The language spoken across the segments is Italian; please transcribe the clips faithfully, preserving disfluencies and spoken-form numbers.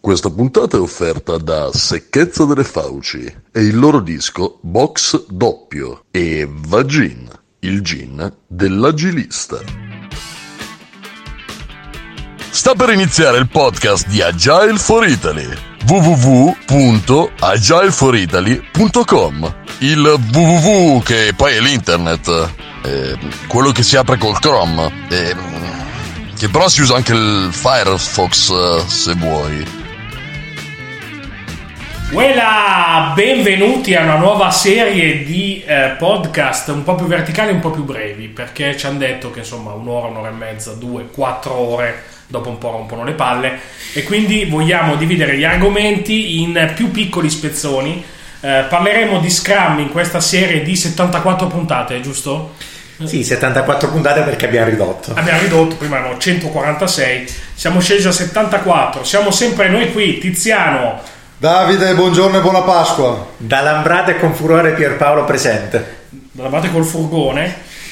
Questa puntata è offerta da Secchezza delle Fauci e il loro disco Box Doppio e Vagin, il gin dell'agilista. Sta per iniziare il podcast di Agile for Italy, w w w punto agile for italy punto com. Il www che poi è l'internet, eh, quello che si apre col Chrome, eh, che però si usa anche il Firefox eh, se vuoi. Voilà, benvenuti a una nuova serie di eh, podcast un po' più verticali e un po' più brevi, perché ci hanno detto che insomma un'ora, un'ora e mezza, due, quattro ore dopo un po' rompono le palle, e quindi vogliamo dividere gli argomenti in più piccoli spezzoni. Eh, parleremo di Scrum in questa serie di settantaquattro puntate, giusto? Sì, settantaquattro puntate perché abbiamo ridotto. Abbiamo ridotto, prima erano centoquarantasei, siamo scesi a settantaquattro. Siamo sempre noi qui, Tiziano, Davide, buongiorno e buona Pasqua. Da Lambrate con furore Pierpaolo presente. Da Lambrate col furgone.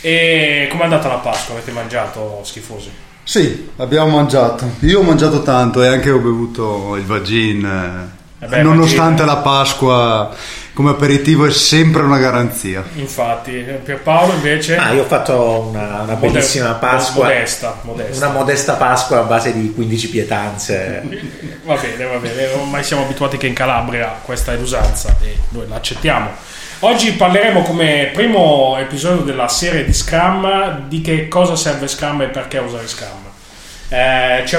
E com'è andata la Pasqua? Avete mangiato schifosi? Sì, abbiamo mangiato. Io ho mangiato tanto e anche ho bevuto il Vagin. Eh beh, nonostante Vagin, la Pasqua come aperitivo è sempre una garanzia. Infatti, Pierpaolo invece? Ah, io ho fatto una, una bellissima Pasqua. Modesta, modesta. Una modesta Pasqua a base di quindici pietanze. Va bene, va bene. Ormai siamo abituati che in Calabria questa è l'usanza e noi l'accettiamo. Oggi parleremo come primo episodio della serie di Scrum di che cosa serve Scrum e perché usare Scrum. Eh, c'è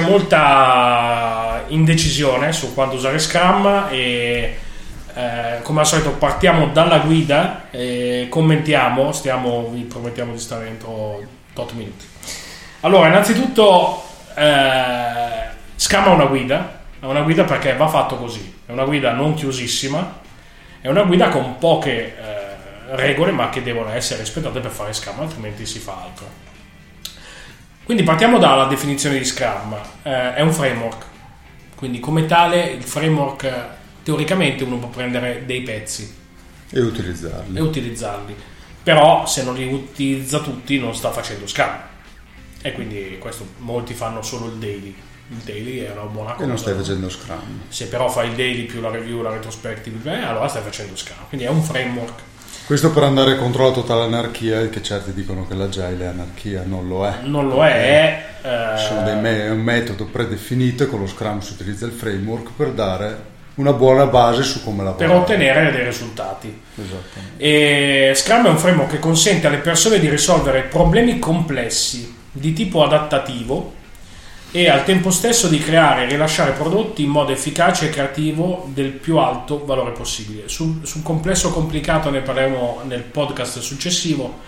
molta indecisione su quando usare Scrum e eh, come al solito partiamo dalla guida e commentiamo, stiamo, vi promettiamo di stare entro otto minuti. Allora, innanzitutto eh, Scrum ha una guida, è una guida perché va fatto così, è una guida non chiusissima, è una guida con poche eh, regole ma che devono essere rispettate per fare Scrum, altrimenti si fa altro. Quindi partiamo dalla definizione di Scrum. Eh, è un framework, quindi come tale il framework teoricamente uno può prendere dei pezzi e utilizzarli. e utilizzarli, però se non li utilizza tutti non sta facendo Scrum, e quindi questo molti fanno solo il daily. Il daily è una buona cosa. E non stai facendo Scrum. Se però fai il daily più la review, la retrospective, beh, allora stai facendo Scrum. Quindi è un framework. Questo per andare contro la totale anarchia, che certi dicono che l'agile è anarchia, non lo è. Non lo è. Eh, sono dei me- è un metodo predefinito e con lo Scrum si utilizza il framework per dare una buona base su come lavorare. Per ottenere dei risultati. Esattamente. E Scrum è un framework che consente alle persone di risolvere problemi complessi di tipo adattativo e al tempo stesso di creare e rilasciare prodotti in modo efficace e creativo del più alto valore possibile. Sul, sul complesso complicato ne parleremo nel podcast successivo,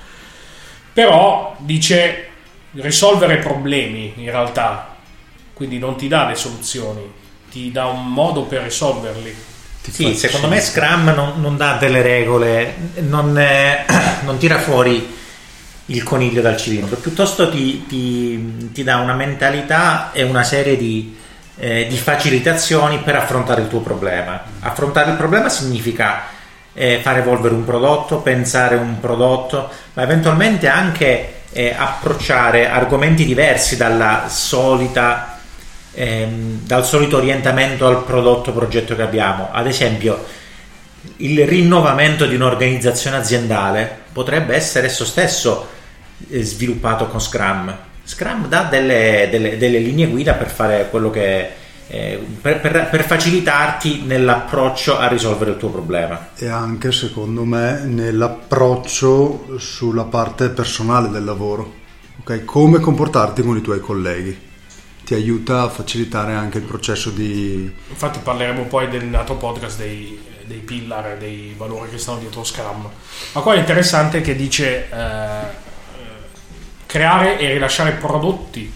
però dice risolvere problemi in realtà, quindi non ti dà le soluzioni, ti dà un modo per risolverli. Ti sì, secondo me Scrum non, non dà delle regole, non, eh, non tira fuori il coniglio dal cilindro, piuttosto ti, ti, ti dà una mentalità e una serie di, eh, di facilitazioni per affrontare il tuo problema. Affrontare il problema significa eh, far evolvere un prodotto, pensare un prodotto, ma eventualmente anche eh, approcciare argomenti diversi dalla solita, ehm, dal solito orientamento al prodotto progetto che abbiamo. Ad esempio, il rinnovamento di un'organizzazione aziendale potrebbe essere esso stesso sviluppato con Scrum. Scrum dà delle, delle, delle linee guida per fare quello che eh, per, per, per facilitarti nell'approccio a risolvere il tuo problema, e anche secondo me nell'approccio sulla parte personale del lavoro, ok? Come comportarti con i tuoi colleghi ti aiuta a facilitare anche il processo di... Infatti parleremo poi del altro podcast dei, dei pillar, dei valori che stanno dietro Scrum, ma qua è interessante che dice eh, creare e rilasciare prodotti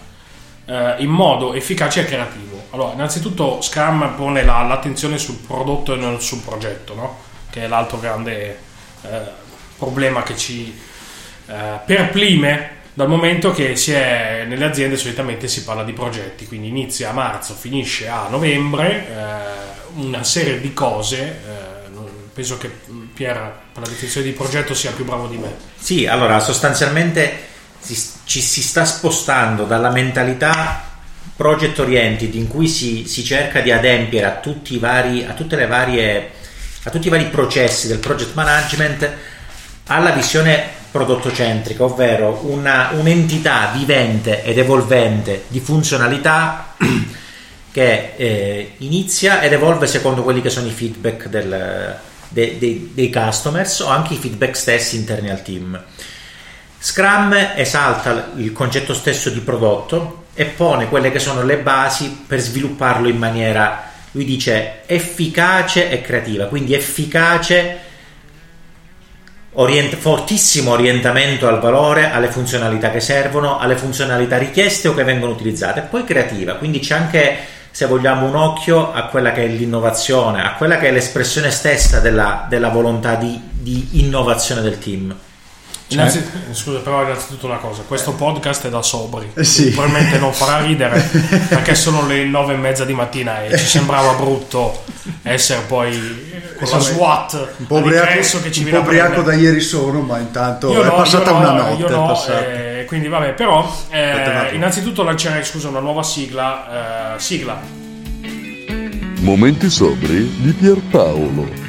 eh, in modo efficace e creativo. Allora, innanzitutto Scrum pone la, l'attenzione sul prodotto e non sul progetto, no? Che è l'altro grande eh, problema che ci eh, perplime, dal momento che si è, nelle aziende solitamente si parla di progetti, quindi inizia a marzo, finisce a novembre, eh, una serie di cose. Eh, penso che Pier per la definizione di progetto sia più bravo di me. Sì, allora sostanzialmente ci si sta spostando dalla mentalità project oriented, in cui si, si cerca di adempiere a tutti i vari, a tutte le varie, a tutti i vari processi del project management, alla visione prodottocentrica, ovvero una, un'entità vivente ed evolvente di funzionalità che eh, inizia ed evolve secondo quelli che sono i feedback del, de, de, dei customers o anche i feedback stessi interni al team. Scrum esalta il concetto stesso di prodotto e pone quelle che sono le basi per svilupparlo in maniera, lui dice, efficace e creativa. Quindi efficace, orient- fortissimo orientamento al valore, alle funzionalità che servono, alle funzionalità richieste o che vengono utilizzate, e poi creativa. Quindi c'è anche, se vogliamo, un occhio a quella che è l'innovazione, a quella che è l'espressione stessa della, della volontà di, di innovazione del team. Innanzi, scusa, però innanzitutto una cosa, questo podcast è da sobri, eh sì. probabilmente non farà ridere perché sono le nove e mezza di mattina e ci sembrava brutto essere poi con la SWAT un po' ubriaco, che ci un po' ubriaco da ieri sono, ma intanto io è no, passata no, una notte io no, è passata. Eh, quindi vabbè, però eh, innanzitutto lancerei, scusa, una nuova sigla eh, sigla Momenti sobri di Pierpaolo.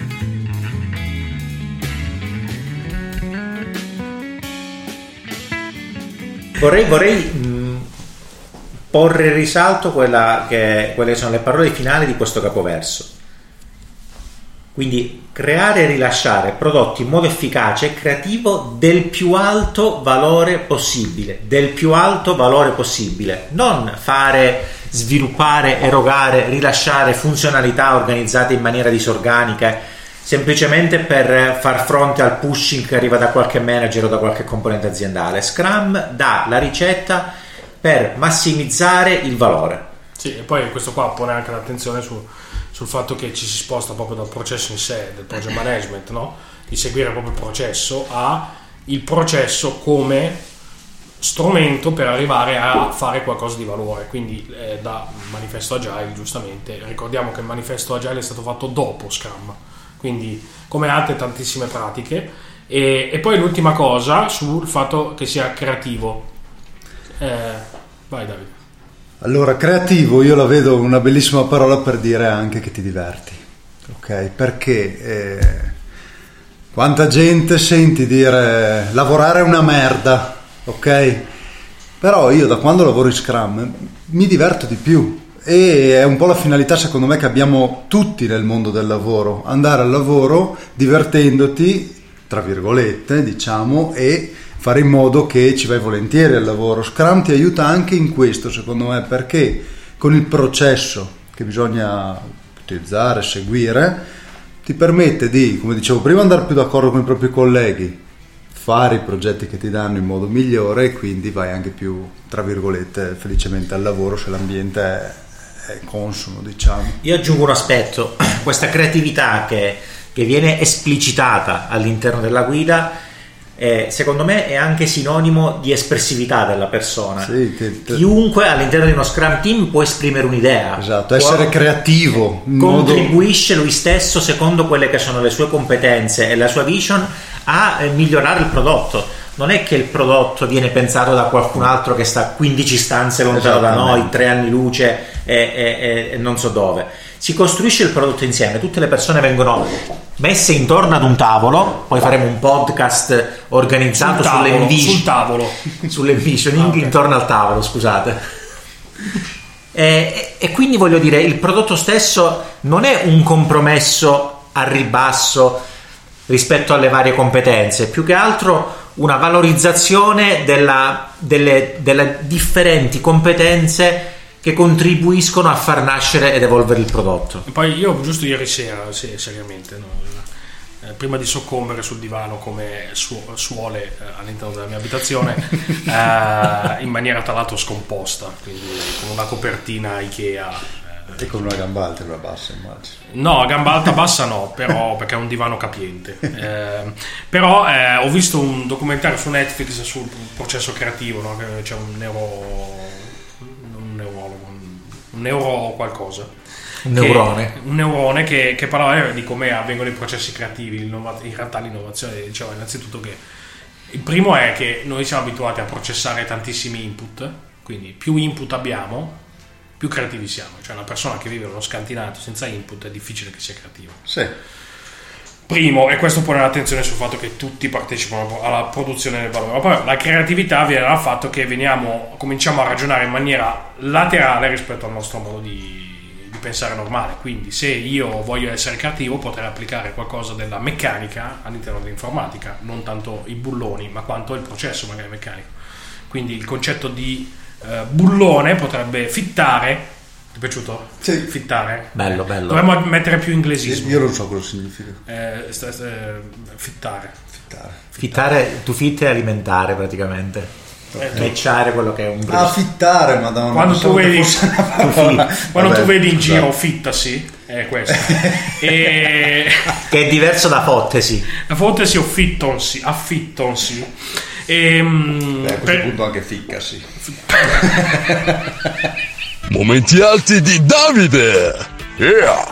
Vorrei, vorrei mh, porre in risalto quella che, quelle che sono le parole finali di questo capoverso. Quindi creare e rilasciare prodotti in modo efficace e creativo del più alto valore possibile, del più alto valore possibile. Non fare, sviluppare, erogare, rilasciare funzionalità organizzate in maniera disorganica, semplicemente per far fronte al pushing che arriva da qualche manager o da qualche componente aziendale. Scrum dà la ricetta per massimizzare il valore. Sì, e poi questo qua pone anche l'attenzione su, sul fatto che ci si sposta proprio dal processo in sé, del project management, no? Di seguire proprio il processo a il processo come strumento per arrivare a fare qualcosa di valore. Quindi eh, da Manifesto Agile, giustamente, ricordiamo che il Manifesto Agile è stato fatto dopo Scrum, quindi come altre tantissime pratiche. E, e poi l'ultima cosa sul fatto che sia creativo. Eh, vai Davide. Allora, creativo io la vedo una bellissima parola per dire anche che ti diverti, ok? Perché eh, quanta gente senti dire lavorare è una merda, ok? Però io da quando lavoro in Scrum mi diverto di più. E è un po' la finalità, secondo me, che abbiamo tutti nel mondo del lavoro: andare al lavoro divertendoti, tra virgolette, diciamo, e fare in modo che ci vai volentieri al lavoro. Scrum ti aiuta anche in questo, secondo me, perché con il processo che bisogna utilizzare, seguire, ti permette di, come dicevo prima, andare più d'accordo con i propri colleghi, fare i progetti che ti danno in modo migliore, e quindi vai anche più, tra virgolette, felicemente al lavoro se l'ambiente è è consono, diciamo. Io aggiungo un aspetto: questa creatività che, che viene esplicitata all'interno della guida, eh, secondo me è anche sinonimo di espressività della persona. Sì, che, che... Chiunque all'interno di uno Scrum Team può esprimere un'idea, esatto, essere può, creativo, contribuisce modo... lui stesso secondo quelle che sono le sue competenze e la sua vision a eh, migliorare il prodotto. Non è che il prodotto viene pensato da qualcun altro che sta quindici stanze lontano da noi, tre anni luce e, e, e non so dove. Si costruisce il prodotto insieme, tutte le persone vengono messe intorno ad un tavolo, poi faremo un podcast organizzato sul tavolo, sull'envision, sul tavolo. sull'envisioning ah, okay. intorno al tavolo, scusate. E, e quindi voglio dire, il prodotto stesso non è un compromesso al ribasso rispetto alle varie competenze, più che altro una valorizzazione della, delle, delle differenti competenze che contribuiscono a far nascere ed evolvere il prodotto. E poi io giusto ieri sera, sì, seriamente, no, eh, prima di soccombere sul divano come su, suole eh, all'interno della mia abitazione, eh, in maniera tra l'altro scomposta, quindi con una copertina Ikea. E con una gamba alta e una bassa, immagino. No, a gamba alta bassa no, però perché è un divano capiente. Eh, però eh, ho visto un documentario su Netflix sul processo creativo, no? C'è un neuro un neurologo, un neuro qualcosa. Un neurone. Che, un neurone che, che parlava di come avvengono i processi creativi. In realtà l'innovazione diceva innanzitutto che il primo è che noi siamo abituati a processare tantissimi input, quindi più input abbiamo, più creativi siamo. Cioè una persona che vive uno scantinato senza input è difficile che sia creativa. Sì. Primo, e questo pone l'attenzione sul fatto che tutti partecipano alla produzione del valore. Ma poi la creatività viene dal fatto che veniamo, cominciamo a ragionare in maniera laterale rispetto al nostro modo di, di pensare normale. Quindi se io voglio essere creativo potrei applicare qualcosa della meccanica all'interno dell'informatica, non tanto i bulloni ma quanto il processo magari meccanico. Quindi il concetto di eh, bullone potrebbe fittare. Ti è piaciuto? Sì. Fittare? Bello, bello. Dovremmo mettere più inglesismo. Io non so cosa significa. Eh, st- st- fittare. Fittare. Fittare, tu fitte e alimentare praticamente. Eh, tu- Matchare quello che è un Ah, fittare, madonna. Quando tu pensavo che vedi, fosse una Tu parola. fitti. quando Vabbè, tu vedi in scusate. giro fittasi, è questo. E che è diverso da fottesi. la fottesi o fittonsi, affittonsi. E, mm, Beh, a questo per- punto anche ficcasi. Momenti alti di Davide! Yeah!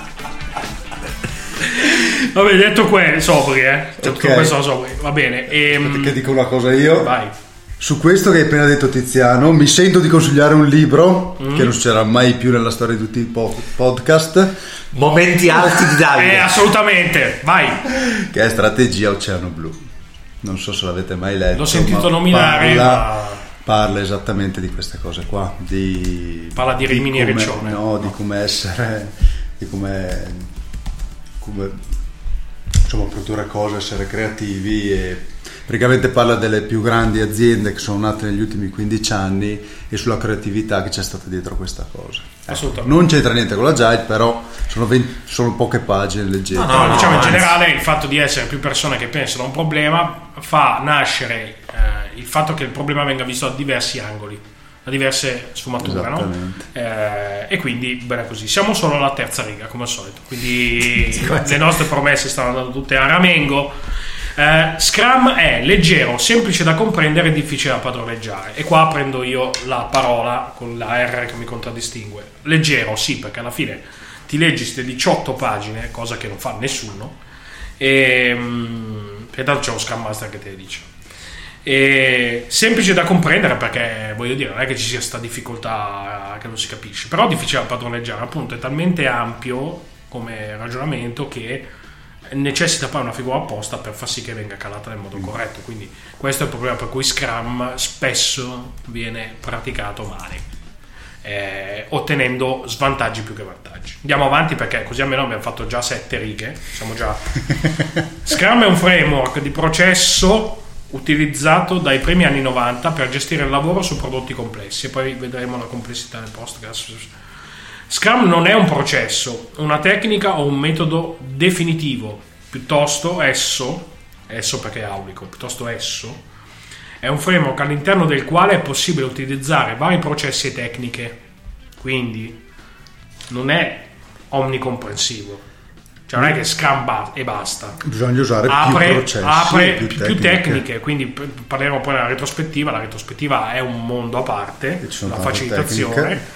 Vabbè, detto questo, sobri, eh. Detto Ok. questo, sobri. Va bene. E, mm, Che dico una cosa io? vai. Su questo che hai appena detto Tiziano, mi sento di consigliare un libro Mm. che non succederà mai più nella storia di tutti i po- podcast, Momenti alti di Eh, Davide. assolutamente, vai. che è Strategia Oceano Blu. Non so se l'avete mai letto. L'ho sentito ma nominare, Parla, ma- parla esattamente di queste cose qua. Di, Parla di Rimini e come- Riccione. No, di come essere, di come, come insomma produrre cose, essere creativi e praticamente parla delle più grandi aziende che sono nate negli ultimi quindici anni e sulla creatività che c'è stata dietro questa cosa. Ecco, Assolutamente. non c'entra niente con l'Agile, però sono, venti, sono poche pagine leggere. No, No, no, diciamo in anzi. generale il fatto di essere più persone che pensano a un problema fa nascere eh, il fatto che il problema venga visto da diversi angoli, da diverse sfumature, no? Esattamente. Eh, e quindi bene così. Siamo solo alla terza riga come al solito, quindi le nostre promesse stanno andando tutte a ramengo. Eh, Scrum è leggero, semplice da comprendere e difficile da padroneggiare, e qua prendo io la parola con la R che mi contraddistingue. Leggero sì, perché alla fine ti leggi queste diciotto pagine, cosa che non fa nessuno, e mm, e tanto c'è lo Scrum Master che te le dice. E semplice da comprendere perché voglio dire non è che ci sia sta difficoltà che non si capisce, però difficile da padroneggiare, appunto è talmente ampio come ragionamento che necessita poi una figura apposta per far sì che venga calata nel modo corretto. Quindi questo è il problema per cui Scrum spesso viene praticato male, eh, ottenendo svantaggi più che vantaggi. Andiamo avanti perché così almeno abbiamo fatto già sette righe, siamo già. Scrum è un framework di processo utilizzato dai primi anni novanta per gestire il lavoro su prodotti complessi, e poi vedremo la complessità nel podcast. Scrum non è un processo, una tecnica o un metodo definitivo, piuttosto esso, esso perché è aulico, piuttosto esso, è un framework all'interno del quale è possibile utilizzare vari processi e tecniche, quindi non è omnicomprensivo, cioè non è che Scrum ba- e basta. Bisogna usare Apre, più processi, apre più, più, tecniche. tecniche, quindi p- parleremo poi della retrospettiva. La retrospettiva è un mondo a parte, E ci sono la tante facilitazione. tecniche.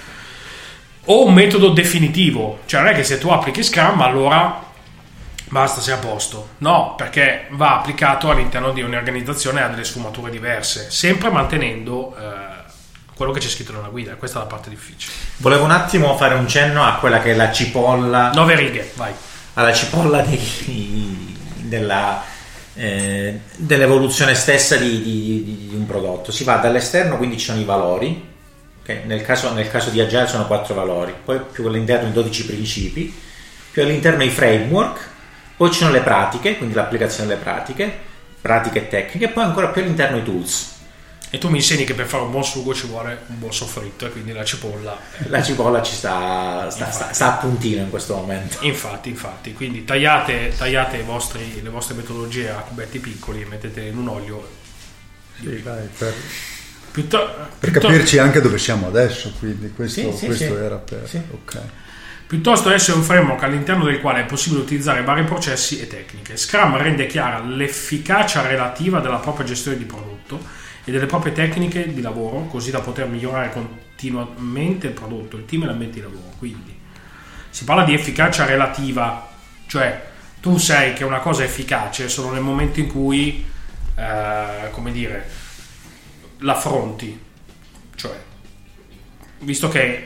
O un metodo definitivo, cioè non è che se tu applichi Scrum allora basta, sei a posto. No, perché va applicato all'interno di un'organizzazione e ha delle sfumature diverse, sempre mantenendo eh, quello che c'è scritto nella guida. Questa è la parte difficile. Volevo un attimo fare un cenno a quella che è la cipolla, Nove righe, vai. alla cipolla di, della, eh, dell'evoluzione stessa di, di, di un prodotto. Si va dall'esterno, quindi ci sono i valori, che nel caso, nel caso di Agile sono quattro valori, poi più all'interno i dodici principi, più all'interno i framework, poi ci sono le pratiche, quindi l'applicazione delle pratiche, pratiche tecniche, e poi ancora più all'interno i tools. E tu mi insegni che per fare un buon sugo ci vuole un buon soffritto, e quindi la cipolla. La cipolla ci sta, sta, sta, sta a puntino in questo momento. Infatti, infatti, quindi tagliate, tagliate i vostri, le vostre metodologie a cubetti piccoli e mettete in un olio. Sì, dai, per, Piutto- per piutto- capirci anche dove siamo adesso, quindi questo, Sì, sì, questo sì. era per... Sì. Ok. Piuttosto esso è un framework all'interno del quale è possibile utilizzare vari processi e tecniche. Scrum rende chiara l'efficacia relativa della propria gestione di prodotto e delle proprie tecniche di lavoro, così da poter migliorare continuamente il prodotto, il team e l'ambiente di lavoro. Quindi si parla di efficacia relativa, cioè tu sai che una cosa è efficace solo nel momento in cui eh, come dire l'affronti, cioè visto che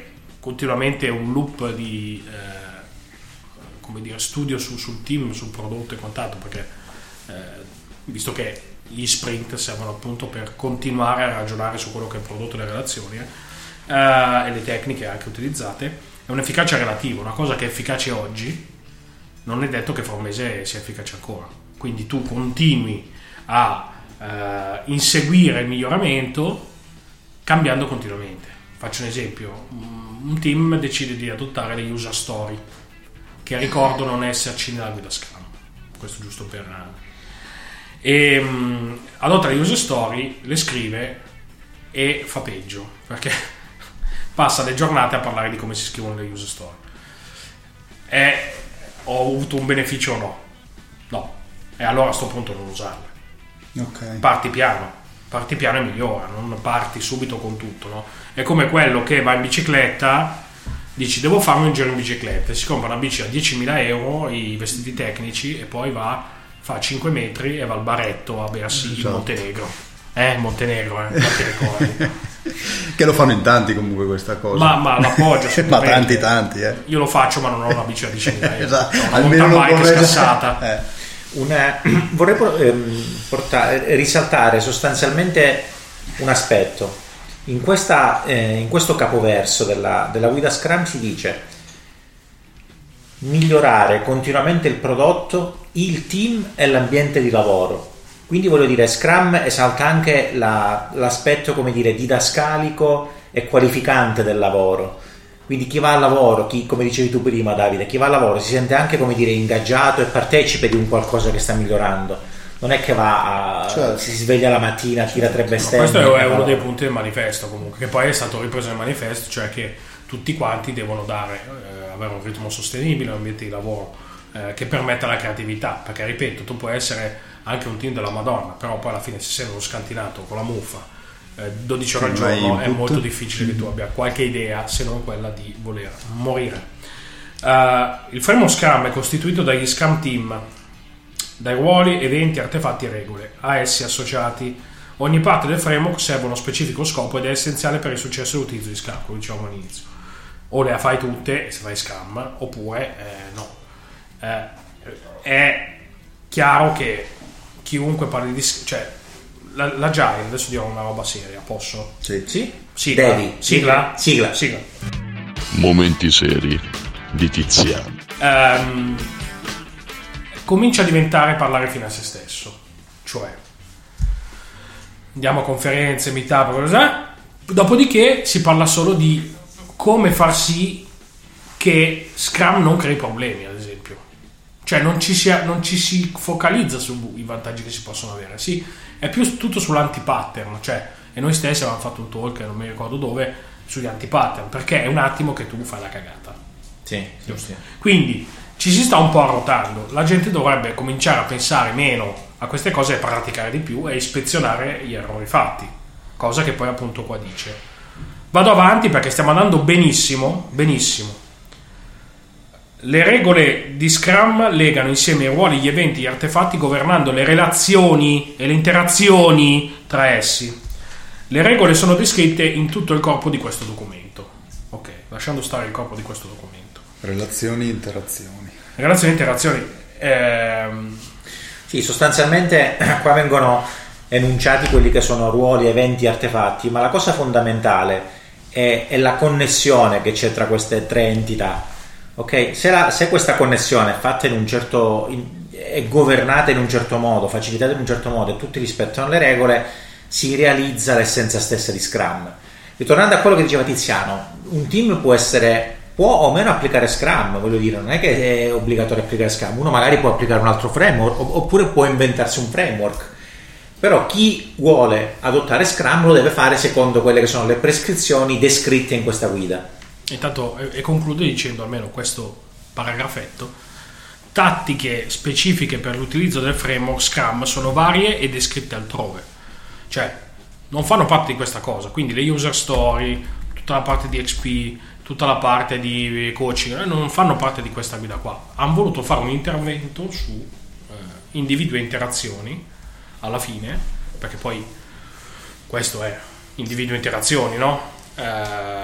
continuamente un loop di eh, come dire, studio su, sul team, sul prodotto e quant'altro, perché eh, visto che gli sprint servono appunto per continuare a ragionare su quello che è il prodotto e le relazioni eh, e le tecniche anche utilizzate, è un'efficacia relativa. Una cosa che è efficace oggi non è detto che fra un mese sia efficace ancora, quindi tu continui a eh, inseguire il miglioramento cambiando continuamente. Faccio un esempio: un team decide di adottare le user story, che ricordo non esserci nella guida Scrum, questo giusto per e um, adotta le user story, le scrive e fa peggio, perché passa le giornate a parlare di come si scrivono le user story. E ho avuto un beneficio o no? No. E allora a sto punto non usarle. Okay. Parti piano, parti piano e migliora, non parti subito con tutto, no? È come quello che va in bicicletta, dici devo fare un giro in bicicletta, si compra una bici a diecimila euro, i vestiti tecnici, e poi va, fa cinque metri e va al baretto a bersi esatto. in Montenegro. Eh, Montenegro, eh, non ti ricordi. Che lo fanno in tanti comunque questa cosa. Ma, ma l'appoggio ma tanti tanti eh. Io lo faccio, ma non ho una bici a diecimila euro. Esatto. Ho una Almeno mountain non bike vorrei... scassata. Eh. Una, vorrei portare, risaltare sostanzialmente un aspetto. In, questa, eh, in questo capoverso della, della guida Scrum si dice migliorare continuamente il prodotto, il team e l'ambiente di lavoro. Quindi voglio dire, Scrum esalta anche la, l'aspetto, come dire, didascalico e qualificante del lavoro. Quindi chi va al lavoro, chi, come dicevi tu prima Davide, chi va al lavoro si sente anche, come dire, ingaggiato e partecipe di un qualcosa che sta migliorando. Non è che va a, certo. si sveglia la mattina, tira tre bestemmie. No, questo è uno dei punti del manifesto, comunque, che poi è stato ripreso nel manifesto, cioè che tutti quanti devono dare, eh, avere un ritmo sostenibile, un ambiente di lavoro eh, che permetta la creatività, perché ripeto, tu puoi essere anche un team della Madonna, però poi alla fine se sei uno scantinato con la muffa eh, dodici ore al giorno è molto difficile che tu abbia qualche idea se non quella di voler morire. Uh, il framework Scrum è costituito dagli Scrum Team, dai ruoli, eventi, artefatti e regole a essi associati. Ogni parte del framework serve uno specifico scopo ed è essenziale per il successo dell'utilizzo di Scrum, come dicevamo all'inizio. O le fai tutte se fai Scrum, oppure eh, no. Eh, è chiaro che chiunque parli di, cioè l'agile, adesso dirò una roba seria, posso? Sì. Sì? Sigla? Devi. Sigla? Sigla. Sigla. Momenti seri di Tiziano. Um, comincia a diventare parlare fino a se stesso, cioè andiamo a conferenze, meetup, cosa, dopodiché si parla solo di come far sì che Scrum non crei problemi, ad esempio. Cioè non ci, si, non ci si focalizza sui vantaggi che si possono avere, sì, è più tutto sull'anti-pattern, cioè, e noi stessi avevamo fatto un talk, non mi ricordo dove, sugli anti-pattern, perché è un attimo che tu fai la cagata. Sì, sì, sì. Quindi ci si sta un po' arrotando, la gente dovrebbe cominciare a pensare meno a queste cose e praticare di più e ispezionare gli errori fatti, cosa che poi appunto qua dice. Vado avanti perché stiamo andando benissimo, benissimo. Le regole di Scrum legano insieme i ruoli, gli eventi, gli artefatti, governando le relazioni e le interazioni tra essi. Le regole sono descritte in tutto il corpo di questo documento. Ok, lasciando stare il corpo di questo documento. Relazioni, interazioni. Relazioni e interazioni. Ehm... Sì, sostanzialmente qua vengono enunciati quelli che sono ruoli, eventi, artefatti, ma la cosa fondamentale è, è la connessione che c'è tra queste tre entità. Ok, se, la, se questa connessione è fatta in un certo, in, è governata in un certo modo, facilitata in un certo modo e tutti rispettano le regole, si realizza l'essenza stessa di Scrum. Ritornando a quello che diceva Tiziano, un team può essere può o meno applicare Scrum, voglio dire, non è che è obbligatorio applicare Scrum, uno magari può applicare un altro framework oppure può inventarsi un framework, però chi vuole adottare Scrum lo deve fare secondo quelle che sono le prescrizioni descritte in questa guida. Intanto, e concludo dicendo almeno questo paragrafetto: tattiche specifiche per l'utilizzo del framework Scrum sono varie e descritte altrove, cioè non fanno parte di questa cosa, quindi le user story, tutta la parte di X P, tutta la parte di coaching non fanno parte di questa guida qua. Hanno voluto fare un intervento su eh, individui e interazioni alla fine, perché poi questo è individui e interazioni, no? Eh,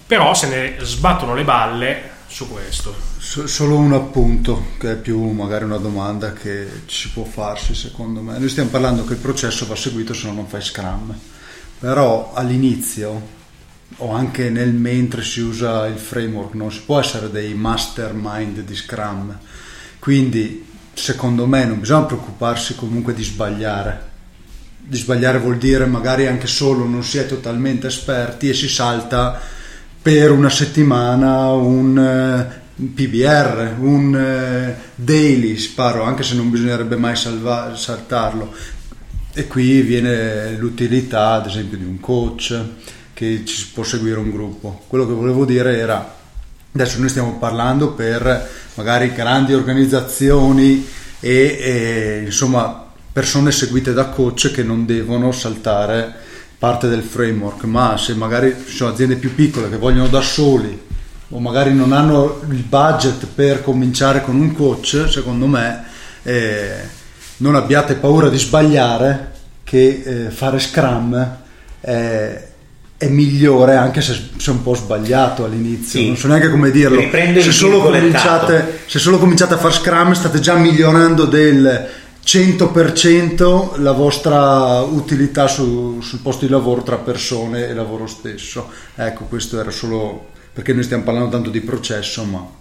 però se ne sbattono le balle su questo. So, solo un appunto, che è più magari una domanda che ci può farsi secondo me. Noi stiamo parlando che il processo va seguito, se no non fai Scrum, però all'inizio o anche nel mentre si usa il framework non si può essere dei mastermind di Scrum, quindi secondo me non bisogna preoccuparsi comunque di sbagliare. Di sbagliare vuol dire magari anche solo non si è totalmente esperti e si salta per una settimana un uh, P B R, un uh, daily, sparo, anche se non bisognerebbe mai salva- saltarlo. E qui viene l'utilità ad esempio di un coach, che ci può seguire un gruppo. Quello che volevo dire era, adesso noi stiamo parlando per magari grandi organizzazioni e, e insomma persone seguite da coach che non devono saltare parte del framework, ma se magari ci sono aziende più piccole che vogliono da soli o magari non hanno il budget per cominciare con un coach, secondo me eh, non abbiate paura di sbagliare, che eh, fare Scrum eh, è migliore anche se è un po' sbagliato all'inizio, sì. Non so neanche come dirlo. Se solo, cominciate, se solo cominciate a fare Scrum state già migliorando del cento per cento la vostra utilità su, sul posto di lavoro tra persone e lavoro stesso. Ecco, questo era solo perché noi stiamo parlando tanto di processo, ma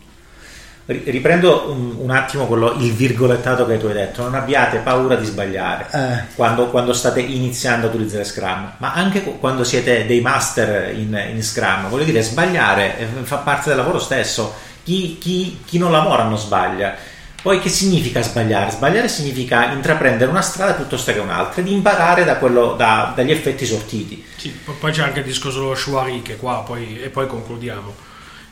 riprendo un, un attimo quello, il virgolettato che tu hai detto: non abbiate paura di sbagliare eh. quando, quando state iniziando a utilizzare Scrum, ma anche quando siete dei master in, in Scrum. Voglio dire, sbagliare fa parte del lavoro stesso. Chi, chi, chi non lavora non sbaglia. Poi che significa sbagliare? Sbagliare significa intraprendere una strada piuttosto che un'altra, ed imparare da quello, da, dagli effetti sortiti. Sì, poi c'è anche il discorso dello Shwari, che qua poi, e poi concludiamo.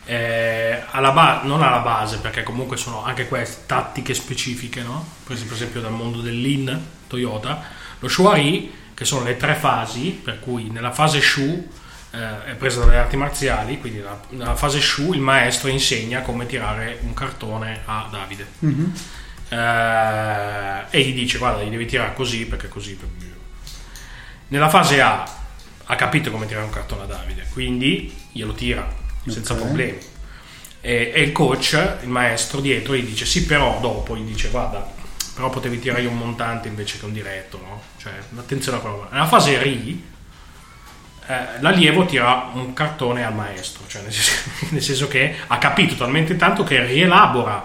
Eh, alla ba- non alla base, perché comunque sono anche queste tattiche specifiche, no? Per esempio dal mondo del Lean Toyota, lo Shwari, che sono le tre fasi, per cui nella fase Shu eh, è presa dalle arti marziali, quindi nella, nella fase Shu il maestro insegna come tirare un cartone a Davide. Mm-hmm. eh, e gli dice: guarda, gli devi tirare così perché così. Nella fase A ha capito come tirare un cartone a Davide, quindi glielo tira senza okay. problemi, e, e il coach, il maestro dietro, gli dice: sì, però dopo gli dice: guarda, però potevi tirare un montante invece che un diretto, no? Cioè, attenzione a quello. Nella fase Ri eh, l'allievo tira un cartone al maestro, cioè nel senso, nel senso che ha capito talmente tanto che rielabora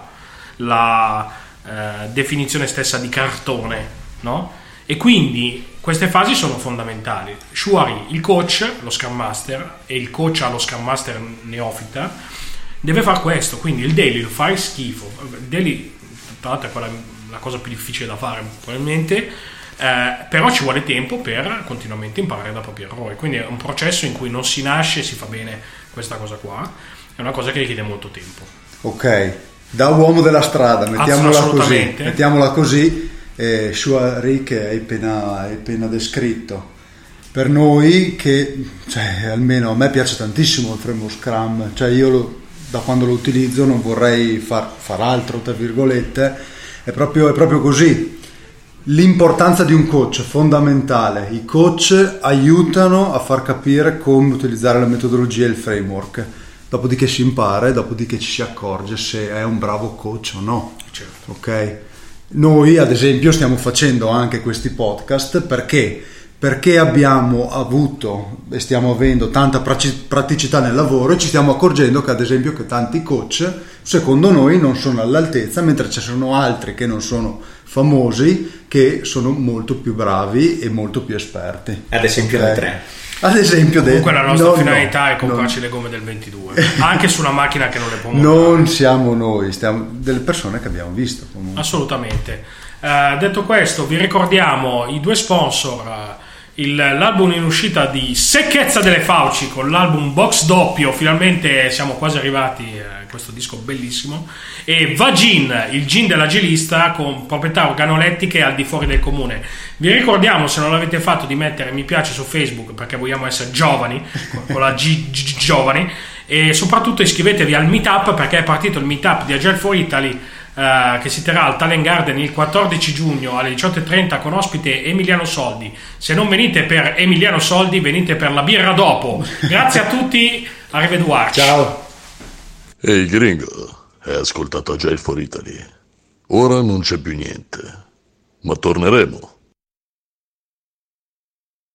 la eh, definizione stessa di cartone, no? E quindi queste fasi sono fondamentali. Shwari, il coach, lo Scrum Master, e il coach allo Scrum Master neofita, deve fare questo. Quindi il daily lo fai schifo. Il daily, tra l'altro, è quella, la cosa più difficile da fare probabilmente, eh, però ci vuole tempo per continuamente imparare da propri errori. Quindi è un processo in cui non si nasce e si fa bene questa cosa qua. È una cosa che richiede molto tempo. Ok, da uomo della strada, mettiamola così. Mettiamola così. Eh, Shwari, che hai appena, hai appena descritto, per noi che, cioè, almeno a me piace tantissimo il framework Scrum, cioè io lo, da quando lo utilizzo non vorrei far, far altro, tra virgolette, è proprio, è proprio così. L'importanza di un coach è fondamentale. I coach aiutano a far capire come utilizzare la metodologia e il framework, dopodiché si impara e dopodiché ci si accorge se è un bravo coach o no. Certo. Ok? Noi ad esempio stiamo facendo anche questi podcast perché perché abbiamo avuto e stiamo avendo tanta praticità nel lavoro e ci stiamo accorgendo che ad esempio che tanti coach secondo noi non sono all'altezza, mentre ci sono altri che non sono famosi che sono molto più bravi e molto più esperti. Ad esempio okay. Noi tre. Ad esempio comunque de- la nostra no, finalità no, è comprarci no. le gomme del ventidue anche su una macchina che non le può montare. Non siamo noi, stiamo delle persone che abbiamo visto comunque. Assolutamente. Uh, detto questo, vi ricordiamo i due sponsor, uh, il, l'album in uscita di Secchezza delle Fauci con l'album Box Doppio, finalmente siamo quasi arrivati a uh, questo disco bellissimo, e Vagin, il gin dell'agilista con proprietà organolettiche al di fuori del comune. Vi ricordiamo, se non l'avete fatto, di mettere mi piace su Facebook perché vogliamo essere giovani con la G, G giovani, e soprattutto iscrivetevi al meetup perché è partito il meetup di Agile for Italy Uh, che si terrà al Talent Garden il quattordici giugno alle diciotto e trenta con ospite Emiliano Soldi. Se non venite per Emiliano Soldi, venite per la birra dopo. Grazie a tutti, Arrivederci. Ciao. Ehi gringo, hai ascoltato Agile for Italy? Ora non c'è più niente, ma torneremo.